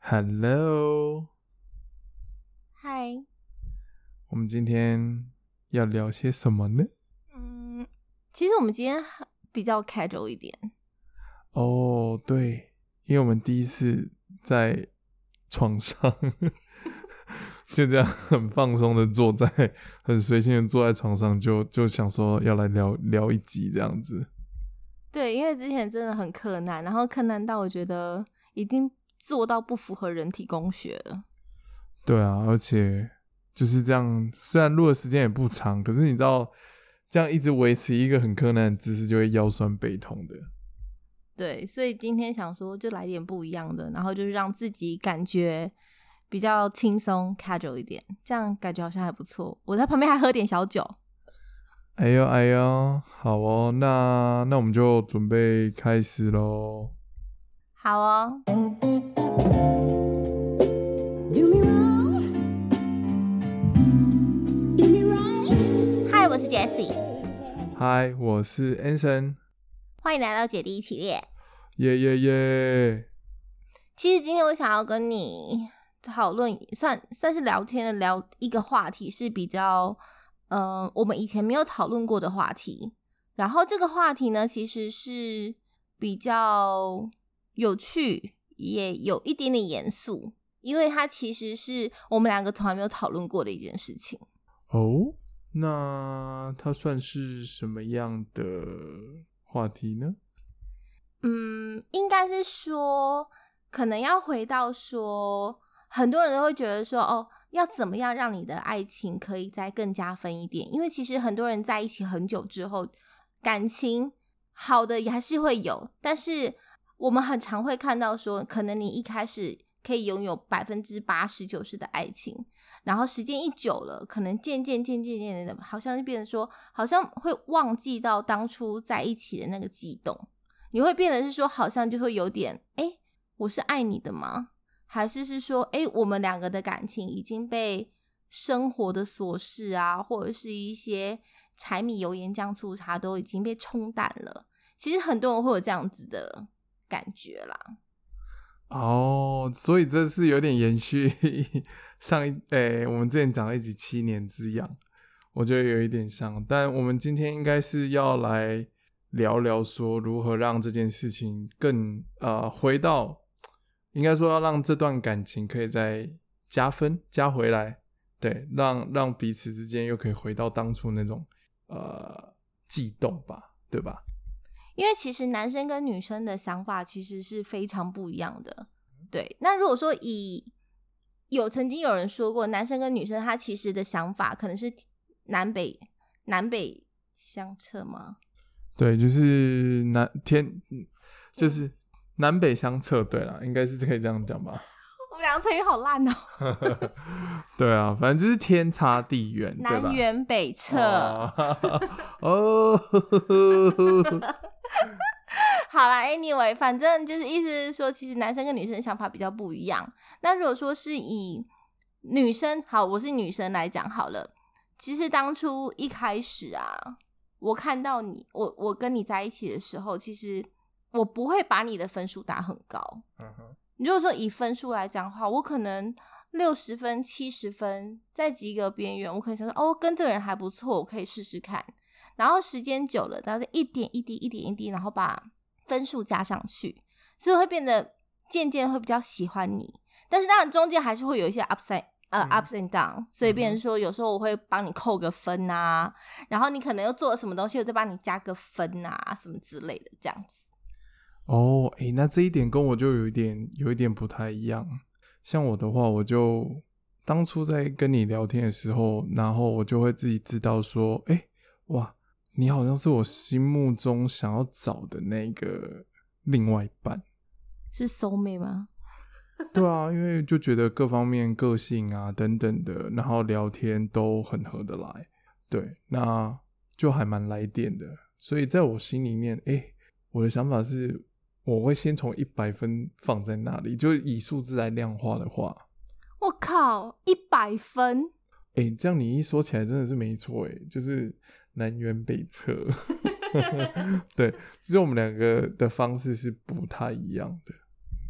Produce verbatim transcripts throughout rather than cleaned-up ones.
Hello， 嗨， 我们今天要聊些什么呢？ 嗯，其实我们今天比较 casual 一点。 哦，对，因为我们第一次在床上就这样很放松的坐在，很随性的坐在床上，就就想说要来聊聊一集这样子。 对，因为之前真的很困难，然后困难到我觉得已经做到不符合人体工学了。 对啊，而且就是这样，虽然录的时间也不长，可是你知道，这样一直维持一个很困难的姿势，就会腰酸背痛的。 对，所以今天想说就来点不一样的，然后就是让自己感觉比较轻松 casual 一点，这样感觉好像还不错。我在旁边还喝点小酒。 哎呦哎呦，好哦，那那我们就准备开始咯。 好哦。嗨，我是 Jessie。 嗨，我是 Anson。 欢迎来到姐弟一起列。 耶耶耶！ 其实今天我想要跟你讨论，算算是聊天的聊一个话题，是比较呃我们以前没有讨论过的话题。然后这个话题呢，其实是比较有趣，也有一点点严肃，因为它其实是我们两个从来没有讨论过的一件事情。 哦，那它算是什么样的话题呢？ 嗯，应该是说，可能要回到说，很多人都会觉得说，哦，要怎么样让你的爱情可以再更加分一点？因为其实很多人在一起很久之后，感情好的也还是会有，但是我们很常会看到说，可能你一开始可以拥有百分之八十九十的爱情，然后时间一久了，可能渐渐渐渐渐的，好像就变成说，好像会忘记到当初在一起的那个悸动。你会变得是说，好像就会有点，诶，我是爱你的吗？还是是说，诶，我们两个的感情已经被生活的琐事啊，或者是一些柴米油盐酱醋茶都已经被冲淡了。其实很多人会有这样子的感觉啦。 哦，所以这是有点延续上一诶、我们之前讲了一集七年之痒，我觉得有一点像，但我们今天应该是要来聊聊说如何让这件事情更呃回到，应该说要让这段感情可以再加分加回来，对，让让彼此之间又可以回到当初那种呃悸动吧，对吧？ 因为其实男生跟女生的想法其实是非常不一样的。对，那如果说以有曾经有人说过，男生跟女生他其实的想法可能是南北南北相斥吗？ 对，就是南天，就是南北相测，对啦，应该是可以这样讲吧。 我们两个成语好烂哦。 对啊，反正就是天差地远，对吧？ 南辕北辙。 哦， 好啦 anyway 反正就是意思是说，其实男生跟女生想法比较不一样。那如果说是以女生，好，我是女生来讲好了，其实当初一开始啊，我看到你，我我跟你在一起的时候，其实我不会把你的分数打很高。 嗯哼， 如果说以分数来讲的话，我可能六十分、七十分，在及格边缘，我可能想说，哦，跟这个人还不错，我可以试试看。然后时间久了，然后一点一滴、一点一滴，然后把分数加上去，所以会变得渐渐会比较喜欢你。但是当然中间还是会有一些 ups and 呃、嗯、ups and down， 所以变成说有时候我会帮你扣个分啊，然后你可能又做了什么东西，我再帮你加个分啊，什么之类的这样子。 哦，诶，那这一点跟我就有一点有一点不太一样。像我的话，我就当初在跟你聊天的时候，然后我就会自己知道说，诶，哇，你好像是我心目中想要找的那个另外一半。 是 soulmate 吗？ 对啊，因为就觉得各方面个性啊等等的，然后聊天都很合得来，对，那就还蛮来电的。所以在我心里面，诶，我的想法是我会先从一百分放在那里，就以数字来量化的话， 我靠，一百分！ 诶，这样你一说起来真的是没错，诶，就是南辕北辙。对，只是我们两个的方式是不太一样的。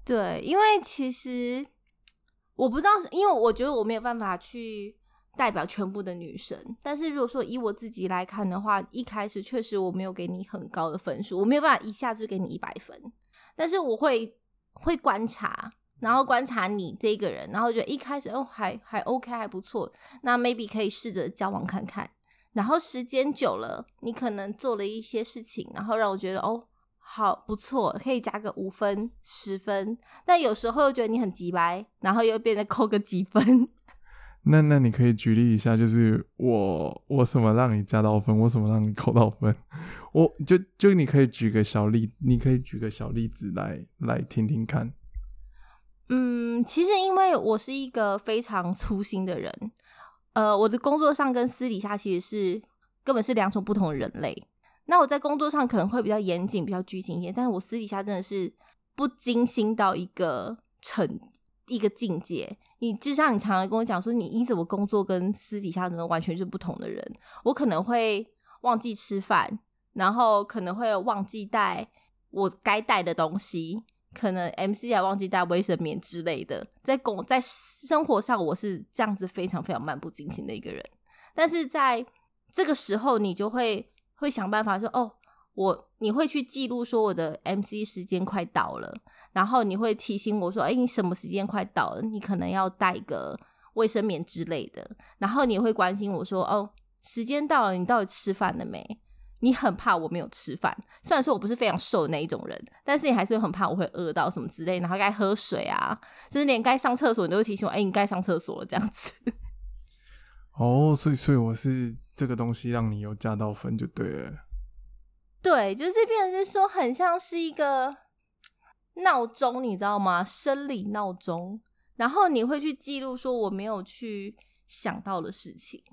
对，因为其实我不知道，因为我觉得我没有办法去代表全部的女生，但是如果说以我自己来看的话，一开始确实我没有给你很高的分数，我没有办法一下子给你一百分，但是我会会观察，然后观察你这个人，然后觉得一开始哦还还 OK 还不错，那 maybe 可以试着交往看看，然后时间久了，你可能做了一些事情，然后让我觉得哦好不错，可以加个五分十分，但有时候又觉得你很急掰，然后又变得扣个几分。 那那你可以举例一下，就是我我什么让你加到分，我什么让你扣到分，我就就你可以举个小例，你可以举个小例子来来听听看。 嗯，其实因为我是一个非常粗心的人，呃，我的工作上跟私底下其实是根本是两种不同的人类。那我在工作上可能会比较严谨、比较拘谨一点，但是我私底下真的是不精心到一个程一个境界。你就像你常常跟我讲说，你你怎么工作跟私底下怎么完全是不同的人。我可能会忘记吃饭，然后可能会忘记带我该带的东西，可能 M C 还忘记带卫生棉之类的。在工在生活上，我是这样子非常非常漫不经心的一个人。但是在这个时候，你就会会想办法说，哦，我你会去记录说我的 M C 时间快到了，然后你会提醒我说，哎，你什么时间快到了，你可能要带个卫生棉之类的，然后你会关心我说，哦，时间到了，你到底吃饭了没？你很怕我没有吃饭，虽然说我不是非常瘦的那一种人，但是你还是会很怕我会饿到什么之类，然后该喝水啊，就是连该上厕所你都会提醒我，哎，你该上厕所了这样子。 哦，所以所以我是这个东西让你有加到分就对了。 对，就是变成是说很像是一个闹钟，你知道吗？生理闹钟，然后你会去记录说我没有去想到的事情。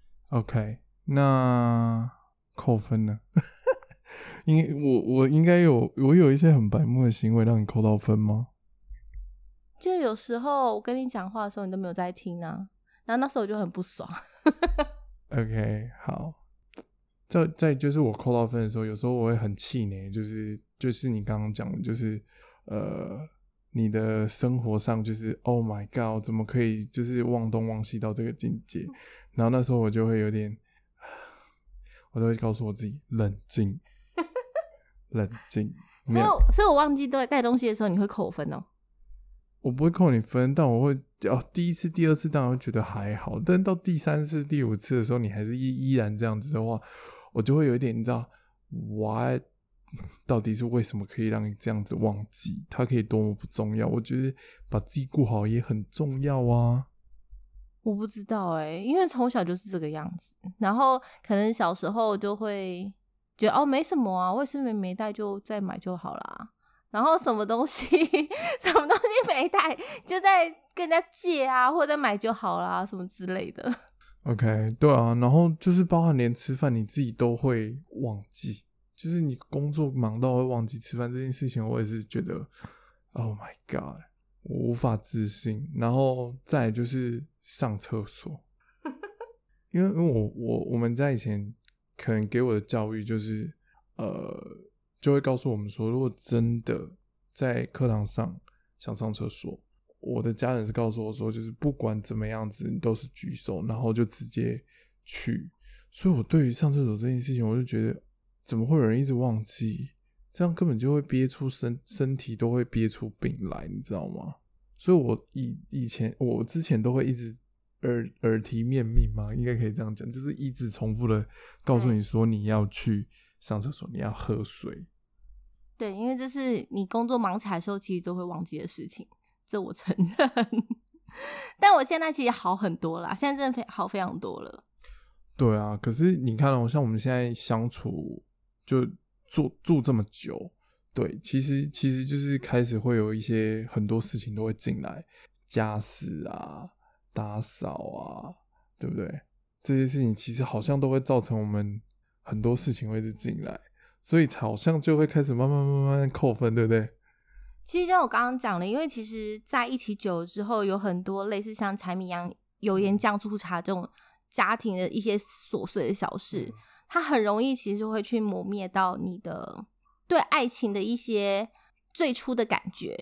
OK， 那扣分呢？因为我我应该有我有一些很白目的行为让你扣到分吗？ 就有时候我跟你讲话的时候你都没有在听啊，然后那时候我就很不爽。 OK， 好。再再就是我扣到分的时候，有时候我会很气馁，就是就是你刚刚讲的，就是呃，你的生活上就是 Oh my God， 怎么可以就是忘东忘西到这个境界？然后那时候我就会有点，我都会告诉我自己冷静，冷静。 所以所以我忘记带东西的时候，你会扣我分哦。 我不会扣你分，但我会哦，第一次、第二次当然会觉得还好，但到第三次、第五次的时候，你还是依依然这样子的话，我就会有一点，你知道 ，What 到底是为什么可以让你这样子忘记？它可以多么不重要？我觉得把自己顾好也很重要啊。 我不知道哎、欸，因为从小就是这个样子，然后可能小时候就会觉得哦没什么啊，卫生棉没带就再买就好啦。然后什么东西什么东西没带就在跟人家借啊，或者买就好啦，什么之类的。 OK， 对啊，然后就是包含连吃饭你自己都会忘记，就是你工作忙到会忘记吃饭这件事情，我也是觉得 Oh my God， 我无法置信。然后再来就是上厕所，因为因为我我我们在以前可能给我的教育就是呃。就会告诉我们说，如果真的在课堂上想上厕所，我的家人是告诉我说，就是不管怎么样子，你都是举手，然后就直接去。所以我对于上厕所这件事情，我就觉得怎么会有人一直忘记？这样根本就会憋出身身体都会憋出病来，你知道吗？所以我以以前我之前都会一直耳耳提面命嘛，应该可以这样讲，就是一直重复的告诉你说你要去上厕所，你要喝水。 对，因为这是你工作忙起来的时候其实都会忘记的事情，这我承认。但我现在其实好很多啦，现在真的好非常多了。 对啊，可是你看哦，像我们现在相处就住住这么久，对，其实其实就是开始会有一些很多事情都会进来，家事啊、打扫啊，对不对？这些事情其实好像都会造成我们很多事情会是进来。所以好像就会开始慢慢慢慢扣分，对不对？ 其实就像我刚刚讲的，因为其实在一起久了之后，有很多类似像柴米油油盐酱醋茶这种家庭的一些琐碎的小事，它很容易其实会去磨灭到你的对爱情的一些最初的感觉。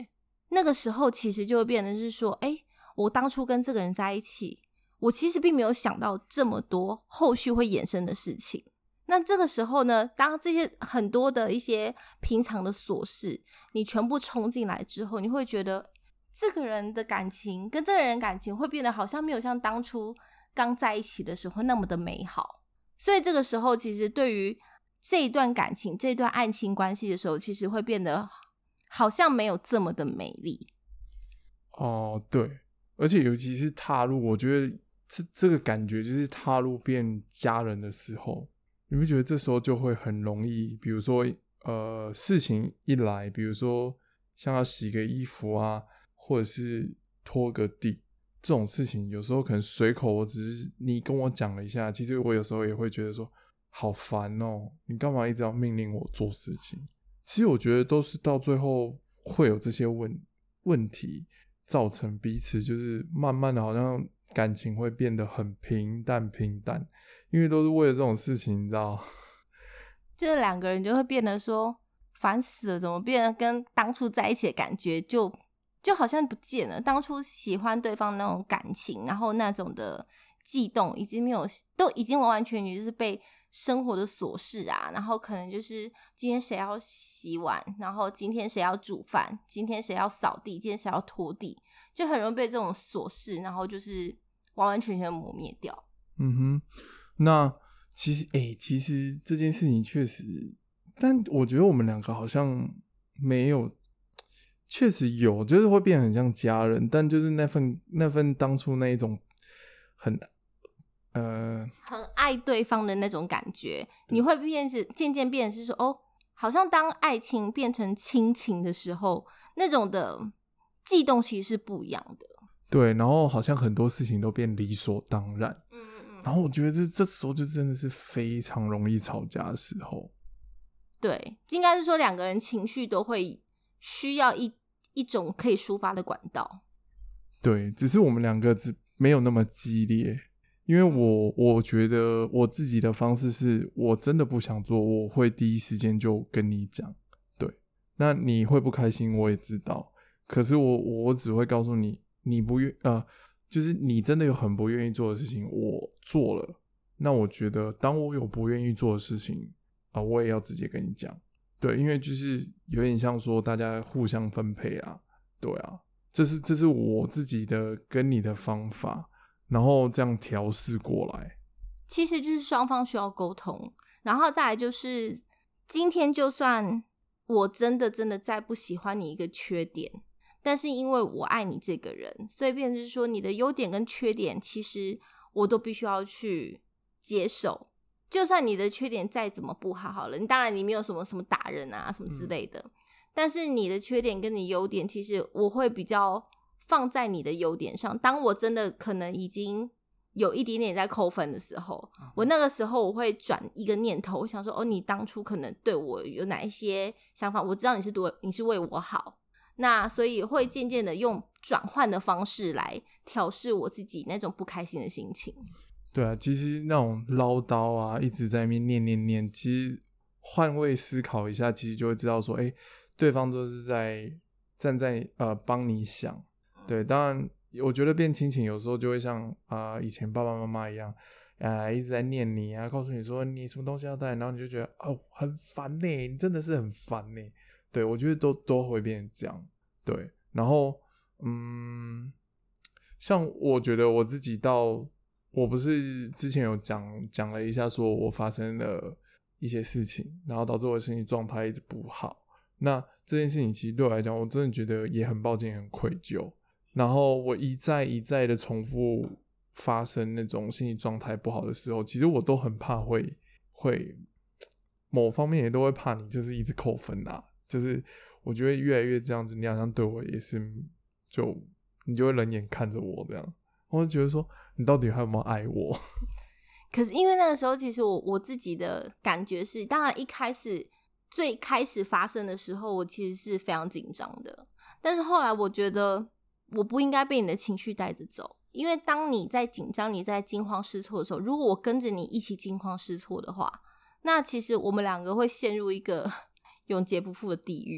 那个时候其实就会变成是说，诶，我当初跟这个人在一起，我其实并没有想到这么多后续会衍生的事情。那这个时候呢，当这些很多的一些平常的琐事你全部冲进来之后，你会觉得这个人的感情跟这个人感情会变得好像没有像当初刚在一起的时候那么的美好。所以这个时候其实对于这一段感情这一段爱情关系的时候，其实会变得好像没有这么的美丽。 哦，对，而且尤其是踏入，我觉得这这个感觉就是踏入变家人的时候，你不觉得这时候就会很容易，比如说呃事情一来，比如说像要洗个衣服啊，或者是拖个地这种事情，有时候可能随口我只是你跟我讲了一下，其实我有时候也会觉得说好烦哦，你干嘛一直要命令我做事情。其实我觉得都是到最后会有这些问问题造成彼此就是慢慢的好像感情会变得很平淡平淡，因为都是为了这种事情，你知道， 这两个人就会变得说烦死了，怎么变得跟当初在一起的感觉就就好像不见了，当初喜欢对方那种感情，然后那种的悸动已经没有，都已经完完全全就是被生活的琐事啊，然后可能就是今天谁要洗碗，然后今天谁要煮饭，今天谁要扫地，今天谁要拖地，就很容易被这种琐事然后就是完完全全磨灭掉。 嗯哼，那其实诶、欸、其实这件事情确实，但我觉得我们两个好像没有，确实有，就是会变得很像家人，但就是那份那份当初那一种很呃很爱对方的那种感觉，你会变成渐渐变成是说，哦，好像当爱情变成亲情的时候，那种的悸动其实是不一样的。 对，然后好像很多事情都变理所当然。 嗯嗯。 然后我觉得这这时候就真的是非常容易吵架的时候。 对，应该是说两个人情绪都会需要一一种可以抒发的管道。 对，只是我们两个只没有那么激烈，因为我我觉得我自己的方式是我真的不想做，我会第一时间就跟你讲。对，那你会不开心我也知道，可是我我只会告诉你，你不愿呃，就是你真的有很不愿意做的事情，我做了，那我觉得当我有不愿意做的事情啊、呃，我也要直接跟你讲。对，因为就是有点像说大家互相分配啊，对啊。这是这是我自己的跟你的方法，然后这样调试过来。 其实就是双方需要沟通，然后再来就是今天就算我真的真的再不喜欢你一个缺点，但是因为我爱你这个人，所以变成是说你的优点跟缺点其实我都必须要去接受。就算你的缺点再怎么不好好了，你当然你没有什么什么打人啊什么之类的、嗯、但是你的缺点跟你优点其实我会比较放在你的优点上。当我真的可能已经有一点点在扣分的时候、嗯、我那个时候我会转一个念头，我想说哦，你当初可能对我有哪一些想法，我知道你是多你是为我好，那所以会渐渐的用转换的方式来调试我自己那种不开心的心情。 对啊，其实那种唠叨啊一直在那边念念念，其实换位思考一下，其实就会知道说诶对方都是在站在呃帮你想。对，当然我觉得变亲情有时候就会像啊、呃、以前爸爸妈妈一样啊、呃、一直在念你啊，告诉你说你什么东西要带，然后你就觉得哦很烦耶，你真的是很烦耶。对，我觉得都都会变成这样。对，然后嗯，像我觉得我自己到我不是之前有讲讲了一下说我发生了一些事情，然后导致我的身体状态一直不好。那这件事情其实对我来讲，我真的觉得也很抱歉很愧疚，然后我一再一再的重复发生那种心理状态不好的时候，其实我都很怕会会某方面也都会怕你就是一直扣分啊，就是我觉得越来越这样子，你好像对我也是就你就会冷眼看着我这样，我就觉得说你到底还有没有爱我。 可是因为那个时候其实我我自己的感觉是，当然一开始最开始发生的时候我其实是非常紧张的，但是后来我觉得我不应该被你的情绪带着走，因为当你在紧张你在惊慌失措的时候，如果我跟着你一起惊慌失措的话，那其实我们两个会陷入一个永劫不复的地狱。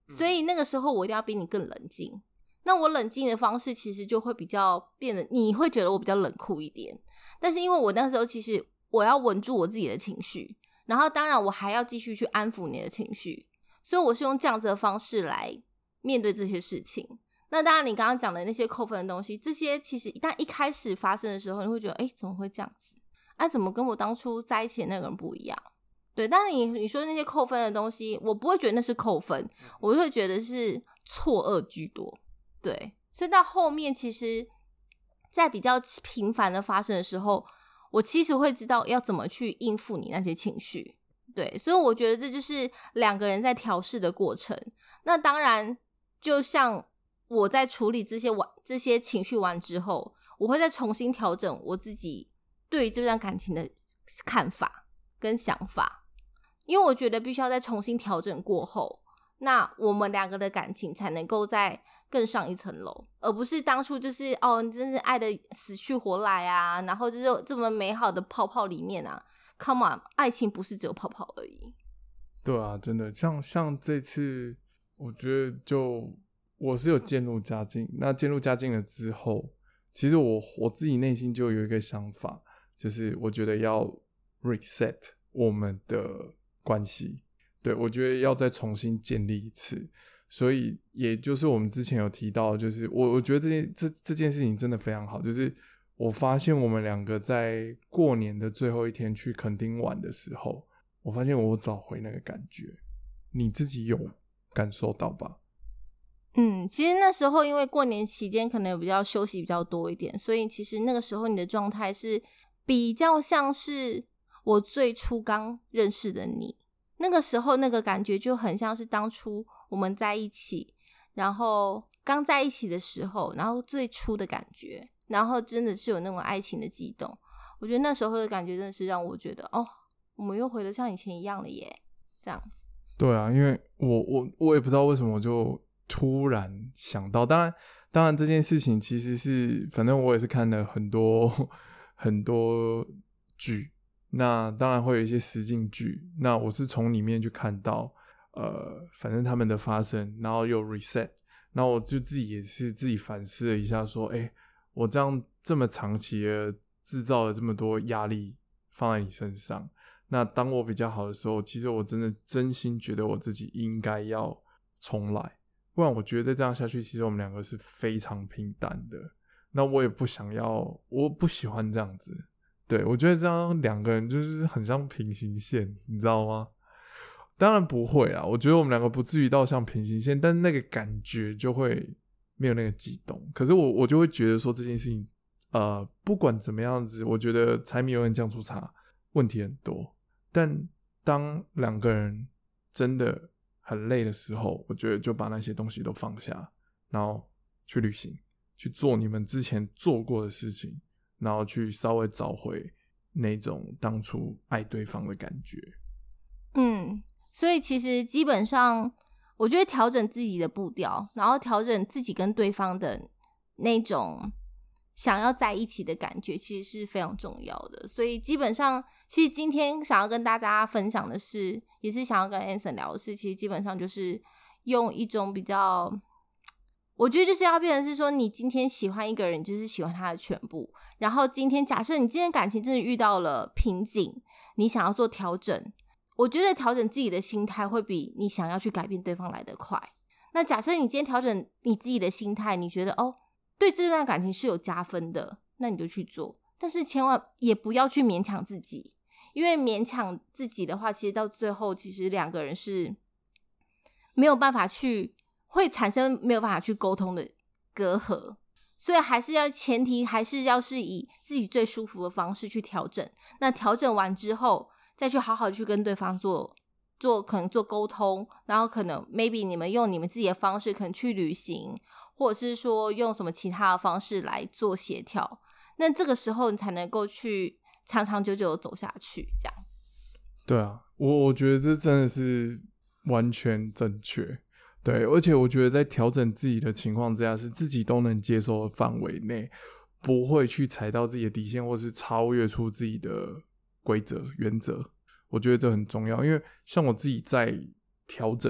所以那个时候我一定要比你更冷静。那我冷静的方式其实就会比较变得，你会觉得我比较冷酷一点，但是因为我那时候其实我要稳住我自己的情绪，然后当然我还要继续去安抚你的情绪，所以我是用这样子的方式来面对这些事情。那当然你刚刚讲的那些扣分的东西，这些其实但一开始发生的时候你会觉得诶怎么会这样子啊，怎么跟我当初在一起的那个人不一样。对，但是你你说那些扣分的东西，我不会觉得那是扣分，我就会觉得是错愕居多。对，所以到后面其实在比较频繁的发生的时候，我其实会知道要怎么去应付你那些情绪。对，所以我觉得这就是两个人在调试的过程。那当然就像我在处理这些完这些情绪完之后，我会再重新调整我自己对于这段感情的看法跟想法，因为我觉得必须要再重新调整过后，那我们两个的感情才能够再更上一层楼，而不是当初就是哦，你真是爱的死去活来啊，然后就是这么美好的泡泡里面啊 ，Come on， 爱情不是只有泡泡而已。 对啊，真的，像像这次，我觉得就我是有渐入佳境。那渐入佳境了之后，其实我我自己内心就有一个想法，就是我觉得要 reset 我们的关系，对，我觉得要再重新建立一次。所以也就是我们之前有提到，就是我我觉得这件这这件事情真的非常好，就是我发现我们两个在过年的最后一天去垦丁玩的时候，我发现我找回那个感觉，你自己有感受到吧？ 嗯，其实那时候因为过年期间可能有比较休息比较多一点，所以其实那个时候你的状态是比较像是我最初刚认识的你，那个时候那个感觉就很像是当初我们在一起，然后刚在一起的时候，然后最初的感觉，然后真的是有那种爱情的激动。我觉得那时候的感觉真的是让我觉得哦，我们又回得像以前一样了耶，这样子。 对啊，因为我我我也不知道为什么我就突然想到，当然当然这件事情其实是反正我也是看了很多很多剧，那当然会有一些实境剧，那我是从里面去看到呃反正他们的发生，然后又 reset， 然后我就自己也是自己反思了一下说，诶我这样这么长期的制造了这么多压力放在你身上，那当我比较好的时候，其实我真的真心觉得我自己应该要重来，不然我觉得再这样下去，其实我们两个是非常平淡的。那我也不想要，我不喜欢这样子。对，我觉得这样两个人就是很像平行线，你知道吗？当然不会啦，我觉得我们两个不至于到像平行线，但那个感觉就会没有那个激动。可是我我就会觉得说这件事情，呃，不管怎么样子，我觉得柴米油盐酱醋茶问题很多。但当两个人真的很累的时候，我觉得就把那些东西都放下，然后去旅行，去做你们之前做过的事情，然后去稍微找回那种当初爱对方的感觉。 嗯，所以其实基本上我觉得调整自己的步调，然后调整自己跟对方的那种想要在一起的感觉，其实是非常重要的。所以基本上其实今天想要跟大家分享的是，也是想要跟 Anson 聊的是，其实基本上就是用一种比较，我觉得就是要变成是说，你今天喜欢一个人，你就是喜欢他的全部。然后今天假设你今天感情真的遇到了瓶颈，你想要做调整，我觉得调整自己的心态会比你想要去改变对方来得快。那假设你今天调整你自己的心态，你觉得哦，对这段感情是有加分的，那你就去做。但是千万也不要去勉强自己，因为勉强自己的话，其实到最后其实两个人是没有办法去，会产生没有办法去沟通的隔阂。所以还是要前提还是要是以自己最舒服的方式去调整。那调整完之后，再去好好去跟对方做做可能做沟通，然后可能 maybe 你们用你们自己的方式，可能去旅行，或者是说用什么其他的方式来做协调。那这个时候你才能够去长长久久的走下去，这样子。 对啊，我我觉得这真的是完全正确。对，而且我觉得在调整自己的情况之下，是自己都能接受的范围内，不会去踩到自己的底线，或是超越出自己的规则原则。我觉得这很重要，因为像我自己在调整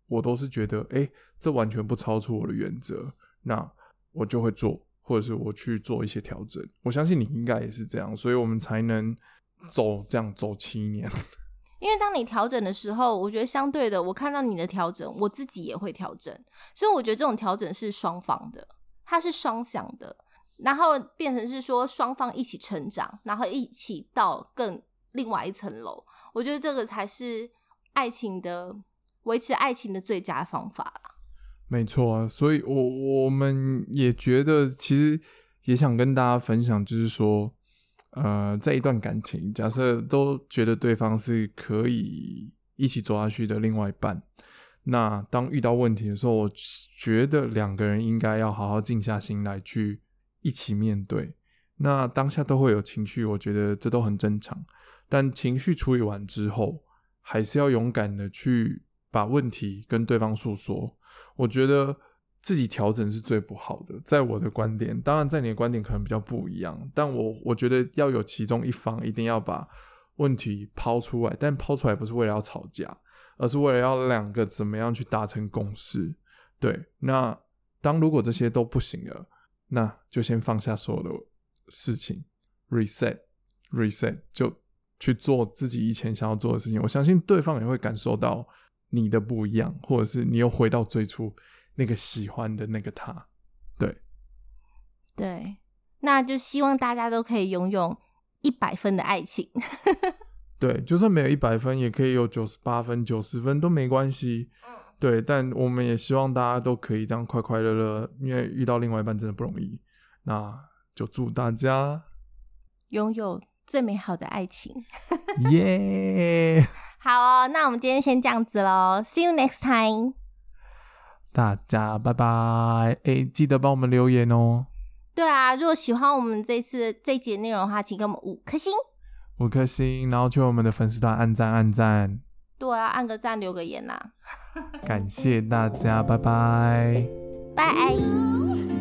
我都是觉得诶这完全不超出我的原则，那我就会做，或者是我去做一些调整。我相信你应该也是这样，所以我们才能走这样走七年。 因为当你调整的时候，我觉得相对的，我看到你的调整，我自己也会调整，所以我觉得这种调整是双方的，它是双向的，然后变成是说双方一起成长，然后一起到更另外一层楼。我觉得这个才是爱情的维持爱情的最佳方法啦。 没错啊，所以我我们也觉得，其实也想跟大家分享，就是说呃，在一段感情，假设都觉得对方是可以一起走下去的另外一半，那当遇到问题的时候，我觉得两个人应该要好好静下心来去一起面对。那当下都会有情绪，我觉得这都很正常，但情绪处理完之后，还是要勇敢的去把问题跟对方诉说。我觉得自己调整是最不好的，在我的观点，当然在你的观点可能比较不一样，但我我觉得要有其中一方一定要把问题抛出来，但抛出来不是为了要吵架，而是为了要两个怎么样去达成共识。对，那当如果这些都不行了，那就先放下所有的事情 reset reset 就去做自己以前想要做的事情。我相信对方也会感受到你的不一样，或者是你又回到最初那个喜欢的那个他。对对，那就希望大家都可以拥有一百分的爱情。 对，就算没有一百分，也可以有九十八分、九十分都没关系。对，但我们也希望大家都可以这样快快乐乐，因为遇到另外一半真的不容易。那就祝大家拥有最美好的爱情。 耶、yeah! 好哦，那我们今天先这样子咯， See you next time。 大家拜拜。诶，记得帮我们留言哦。 对啊，如果喜欢我们这次这一集的内容的话，请给我们五颗星五颗星，然后去我们的粉丝团按赞按赞。 对啊，按个赞留个言啦。 感谢大家，拜拜拜。